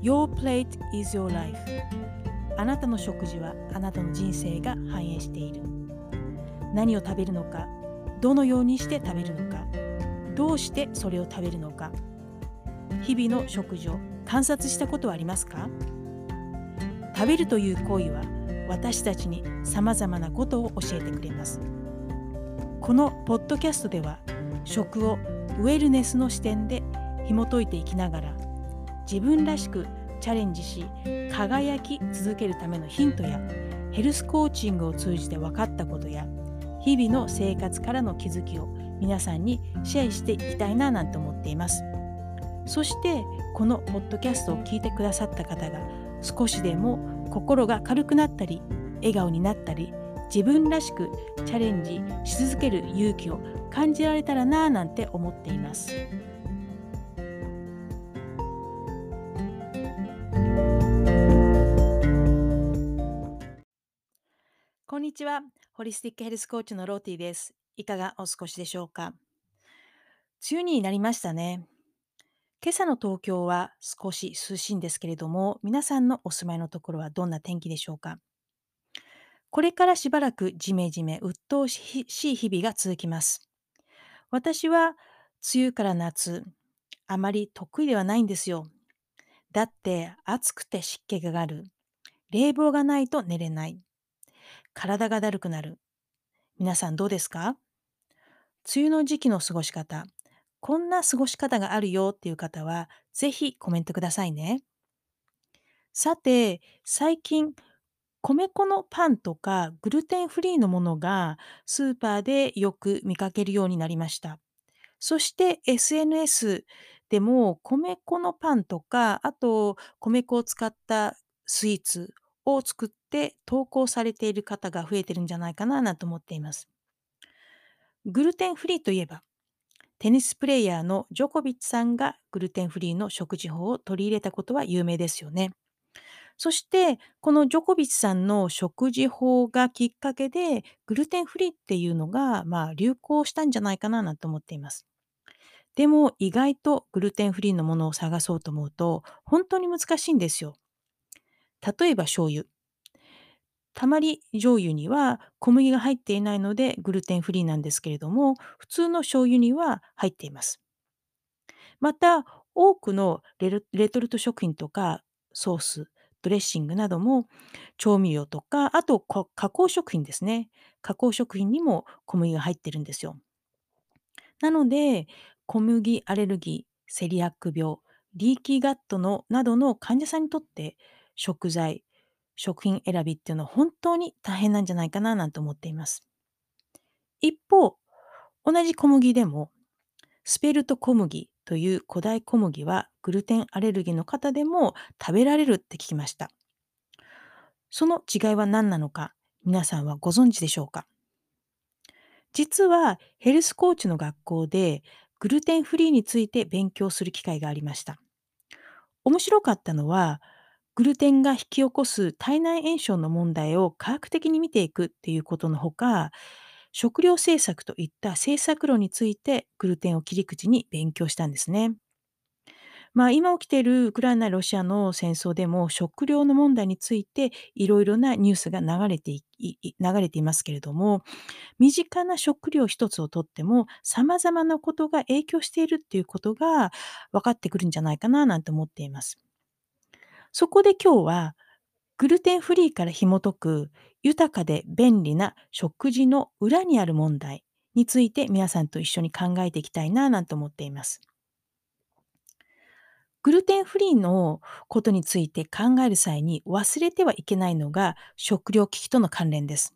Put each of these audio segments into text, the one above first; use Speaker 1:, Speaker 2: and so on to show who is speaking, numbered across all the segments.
Speaker 1: Your plate is your life. あなたの食事はあなたの人生が反映している。何を食べるのか、どのようにして食べるのか、どうしてそれを食べるのか、日々の食事を観察したことはありますか？食べるという行為は私たちにさまざまなことを教えてくれます。このポッドキャストでは食をウェルネスの視点で紐解いていきながら、自分らしくチャレンジし輝き続けるためのヒントや、ヘルスコーチングを通じて分かったことや、日々の生活からの気づきを皆さんにシェアしていきたいななんて思っています。そしてこのポッドキャストを聞いてくださった方が少しでも心が軽くなったり、笑顔になったり、自分らしくチャレンジし続ける勇気を感じられたらなぁなんて思っています。こんにちは。ホリスティックヘルスコーチのローティです。いかがお過ごしでしょうか？梅雨になりましたね。今朝の東京は少し涼しいんですけれども、皆さんのお住まいのところはどんな天気でしょうか？これからしばらくジメジメ鬱陶しい日々が続きます。私は梅雨から夏、あまり得意ではないんですよ。だって暑くて湿気がある。冷房がないと寝れない。体がだるくなる。皆さんどうですか？梅雨の時期の過ごし方、こんな過ごし方があるよっていう方は、ぜひコメントくださいね。さて、最近、米粉のパンとかグルテンフリーのものがスーパーでよく見かけるようになりました。そして SNS でも米粉のパンとか、あと米粉を使ったスイーツを作って投稿されている方が増えてるんじゃないかなと思っています。グルテンフリーといえば、テニスプレイヤーのジョコビッチさんがグルテンフリーの食事法を取り入れたことは有名ですよね。そして、このジョコビッチさんの食事法がきっかけで、グルテンフリーっていうのが、流行したんじゃないかなと思っています。でも、意外とグルテンフリーのものを探そうと思うと、本当に難しいんですよ。例えば醤油。たまり醤油には小麦が入っていないのでグルテンフリーなんですけれども、普通の醤油には入っています。また、多くのレトルト食品とかソース、ドレッシングなども調味料とか、あと加工食品ですね。加工食品にも小麦が入ってるんですよ。なので、小麦アレルギー、セリアック病、リーキーガットのなどの患者さんにとって食材、食品選びっていうのは本当に大変なんじゃないかなと思っています。一方、同じ小麦でもスペルト小麦という古代小麦はグルテンアレルギーの方でも食べられるって聞きました。その違いは何なのか、皆さんはご存知でしょうか？実はヘルスコーチの学校でグルテンフリーについて勉強する機会がありました。面白かったのは、グルテンが引き起こす体内炎症の問題を科学的に見ていくっていうことのほか、食料政策といった政策論についてグルテンを切り口に勉強したんですね。今起きているウクライナ、ロシアの戦争でも食料の問題についていろいろなニュースが流れていますけれども、身近な食料一つをとっても様々なことが影響しているっていうことが分かってくるんじゃないかなと思っています。そこで今日はグルテンフリーから紐解く豊かで便利な食事の裏にある問題について皆さんと一緒に考えていきたいなと思っています。グルテンフリーのことについて考える際に忘れてはいけないのが食糧危機との関連です。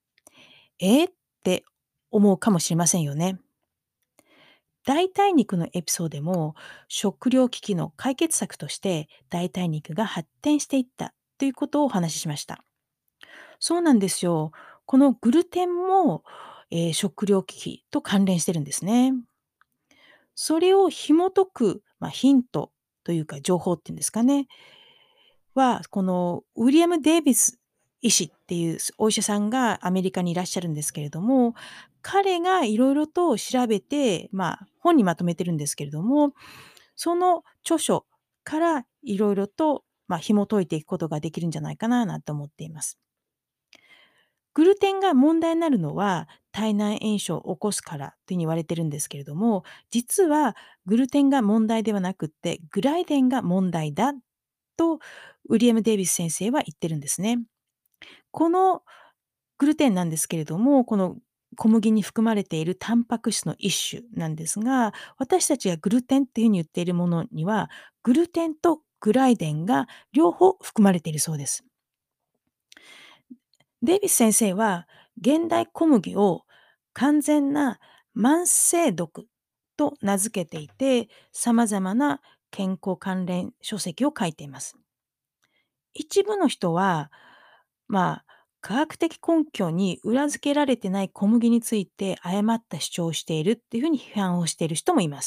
Speaker 1: って思うかもしれませんよね。代替肉のエピソードでも食糧危機の解決策として代替肉が発展していったということをお話ししました。そうなんですよ。このグルテンも、食糧危機と関連してるんですね。それを紐解く、ヒントというか情報っていうんですかね、は、このウィリアム・デイビス医師っていうお医者さんがアメリカにいらっしゃるんですけれども、彼がいろいろと調べて、本にまとめてるんですけれども、その著書からいろいろと、紐解いていくことができるんじゃないかななんて思っています。グルテンが問題になるのは、体内炎症を起こすからというふうに言われてるんですけれども、実はグルテンが問題ではなくって、グライデンが問題だとウィリアム・デイビス先生は言ってるんですね。このグルテンなんですけれども、この小麦に含まれているタンパク質の一種なんですが、私たちがグルテンっていうふうに言っているものには、グルテンとグライデンが両方含まれているそうです。デイビス先生は、現代小麦を完全な慢性毒と名付けていて、様々な健康関連書籍を書いています。一部の人は、まあ、科学的根拠に裏付けられてない小麦について誤った主張をしているっていうふうに批判をしている人もいます。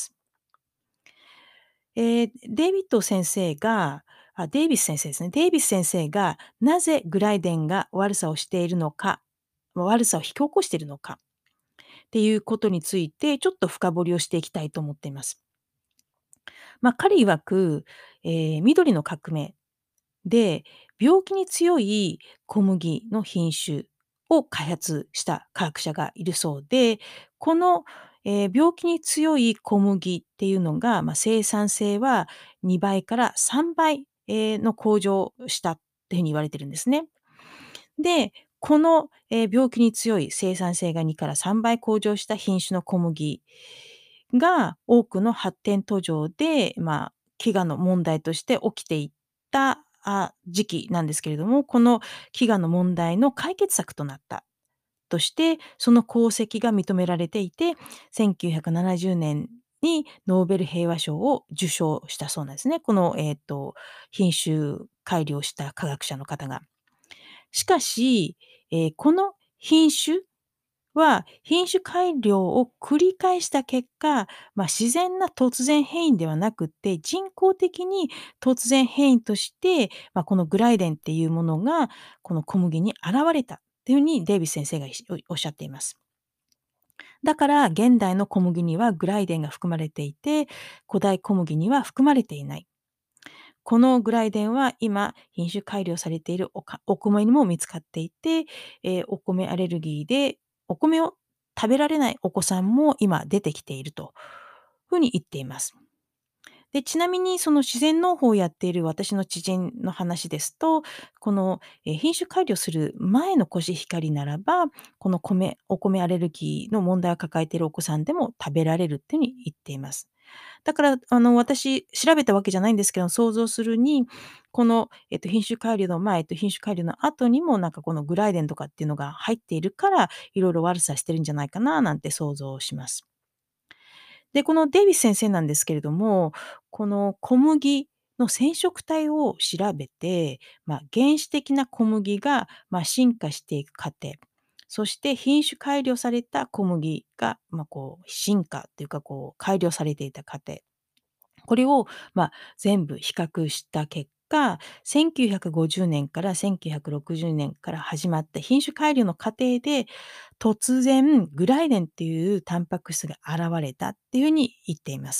Speaker 1: デイビッド先生がデイビス先生ですね。デイビス先生がなぜグライデンが悪さをしているのか、悪さを引き起こしているのかっていうことについて、ちょっと深掘りをしていきたいと思っています。彼曰く、緑の革命で、病気に強い小麦の品種を開発した科学者がいるそうで、この、病気に強い小麦っていうのが、生産性は2倍から3倍、の向上したっていうふうに言われてるんですね。で、この、病気に強い生産性が2から3倍向上した品種の小麦が、多くの発展途上で、飢餓の問題として起きていった時期なんですけれども、この飢餓の問題の解決策となったとして、その功績が認められていて、1970年にノーベル平和賞を受賞したそうなんですね。この、品種改良した科学者の方が。しかし、この品種は、品種改良を繰り返した結果、自然な突然変異ではなくって、人工的に突然変異として、このグライデンっていうものが、この小麦に現れたっていうふうにデイビス先生がおっしゃっています。だから、現代の小麦にはグライデンが含まれていて、古代小麦には含まれていない。このグライデンは今、品種改良されているお米にも見つかっていて、お米アレルギーでお米を食べられないお子さんも今出てきているとふうに言っています。で、ちなみにその自然農法をやっている私の知人の話ですと、この、品種改良する前のコシヒカリならば、このお米アレルギーの問題を抱えているお子さんでも食べられるっていうふうに言っています。だから、私調べたわけじゃないんですけど、想像するに、この、品種改良の前と品種改良の後にも、なんかこのグライデンとかっていうのが入っているから、いろいろ悪さしてるんじゃないかななんて想像します。で、このデイビス先生なんですけれども、この小麦の染色体を調べて、原始的な小麦が、進化していく過程、そして品種改良された小麦が、進化っていうか、改良されていた過程、これを、全部比較した結果、1950年から1960年から始まった品種改良の過程で、突然グライデンっていうタンパク質が現れたっていうふうに言っています。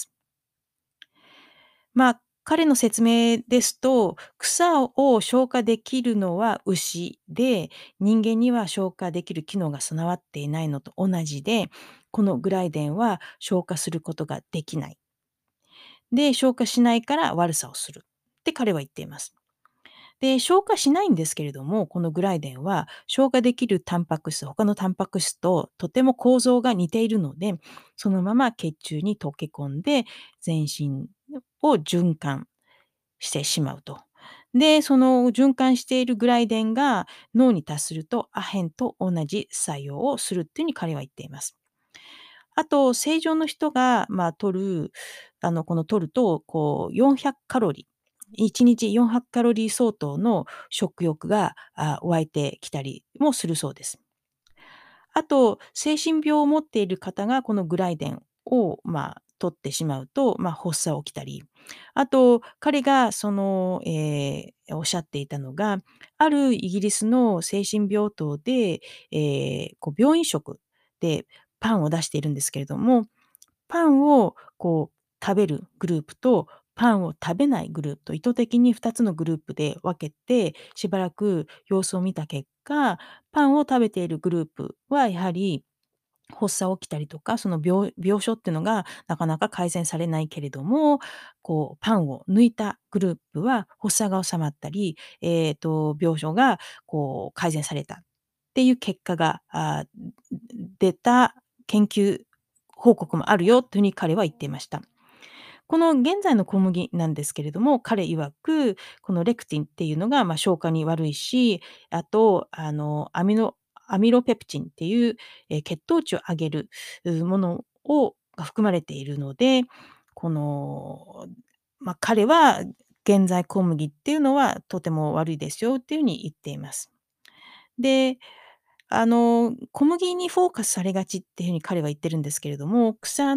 Speaker 1: 彼の説明ですと、草を消化できるのは牛で、人間には消化できる機能が備わっていないのと同じで、このグライデンは消化することができない。で、消化しないから悪さをするって彼は言っています。で、消化しないんですけれども、このグライデンは消化できるタンパク質、他のタンパク質ととても構造が似ているので、そのまま血中に溶け込んで、全身を循環してしまうと。で、その循環しているグライデンが脳に達するとアヘンと同じ作用をするっていうふうに彼は言っています。あと、正常の人が、取ると、400カロリー、1日400カロリー相当の食欲が、湧いてきたりもするそうです。あと、精神病を持っている方がこのグライデンを、取ってしまうと、発作起きたり、あと、彼がおっしゃっていたのが、あるイギリスの精神病棟で、病院食でパンを出しているんですけれども、パンを食べるグループと、 パンを食べないグループと意図的に2つのグループで分けて、しばらく様子を見た結果、パンを食べているグループはやはり発作起きたりとか、その病症っていうのがなかなか改善されないけれども、パンを抜いたグループは発作が収まったり、病状が改善されたっていう結果が、出た研究報告もあるよというふうに彼は言っていました。この現在の小麦なんですけれども、彼曰く、このレクティンっていうのが、消化に悪いし、あと、アミロペプチンっていう、血糖値を上げる、ものが含まれているので、この、彼は現在小麦っていうのはとても悪いですよっていうふうに言っています。で、小麦にフォーカスされがちっていうふうに彼は言ってるんですけれども、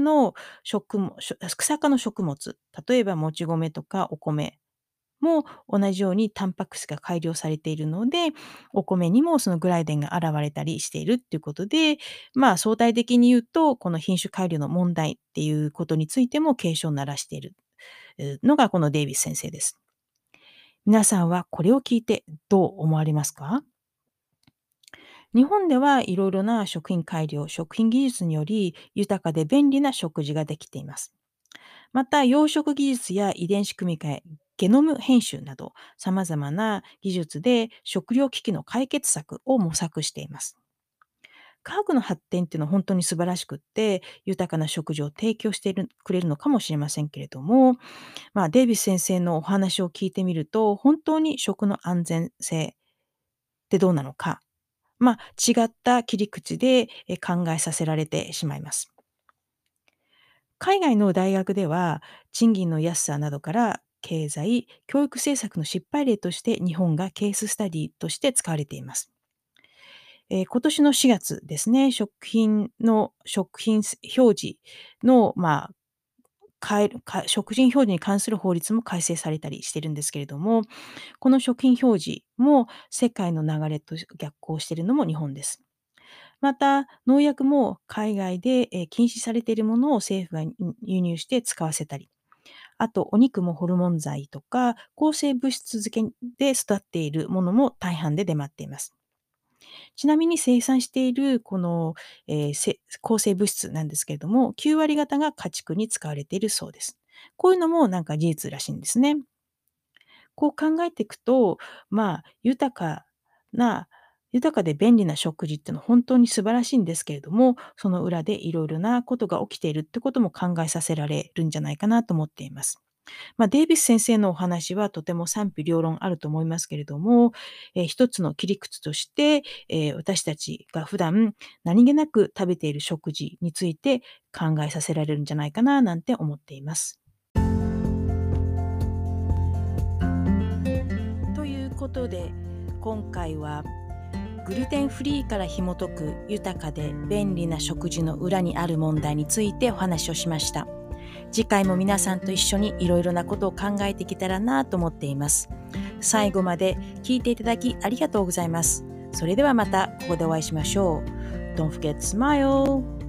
Speaker 1: 草科の食物、例えばもち米とかお米も同じようにタンパク質が改良されているので、お米にもそのグライデンが現れたりしているっていうことで、相対的に言うと、この品種改良の問題っていうことについても警鐘を鳴らしているのがこのデイビス先生です。皆さんはこれを聞いてどう思われますか？日本ではいろいろな食品改良、食品技術により豊かで便利な食事ができています。また、養殖技術や遺伝子組み換え、ゲノム編集など様々な技術で食料危機の解決策を模索しています。科学の発展っていうのは本当に素晴らしくって、豊かな食事を提供してくれるのかもしれませんけれども、デイビス先生のお話を聞いてみると、本当に食の安全性ってどうなのか、違った切り口で考えさせられてしまいます。海外の大学では、賃金の安さなどから経済、教育政策の失敗例として日本がケーススタディとして使われています。今年の4月ですね、食品表示の、食品表示に関する法律も改正されたりしてるんですけれども、この食品表示も世界の流れと逆行しているのも日本です。また、農薬も海外で禁止されているものを政府が輸入して使わせたり、あとお肉もホルモン剤とか抗生物質漬けで育っているものも大半で出回っています。ちなみに生産しているこの、抗生物質なんですけれども、9割方が家畜に使われているそうです。こういうのもなんか事実らしいんですね。こう考えていくと、まあ、な豊かで便利な食事っていうのは本当に素晴らしいんですけれども、その裏でいろいろなことが起きているってことも考えさせられるんじゃないかなと思っています。デイビス先生のお話はとても賛否両論あると思いますけれども、一つの切り口として、私たちが普段何気なく食べている食事について考えさせられるんじゃないかななんて思っています。ということで、今回はグルテンフリーから紐解く豊かで便利な食事の裏にある問題についてお話をしました。次回も皆さんと一緒にいろいろなことを考えていけたらなと思っています。最後まで聞いていただきありがとうございます。それではまたここでお会いしましょう。Don't forget to smile!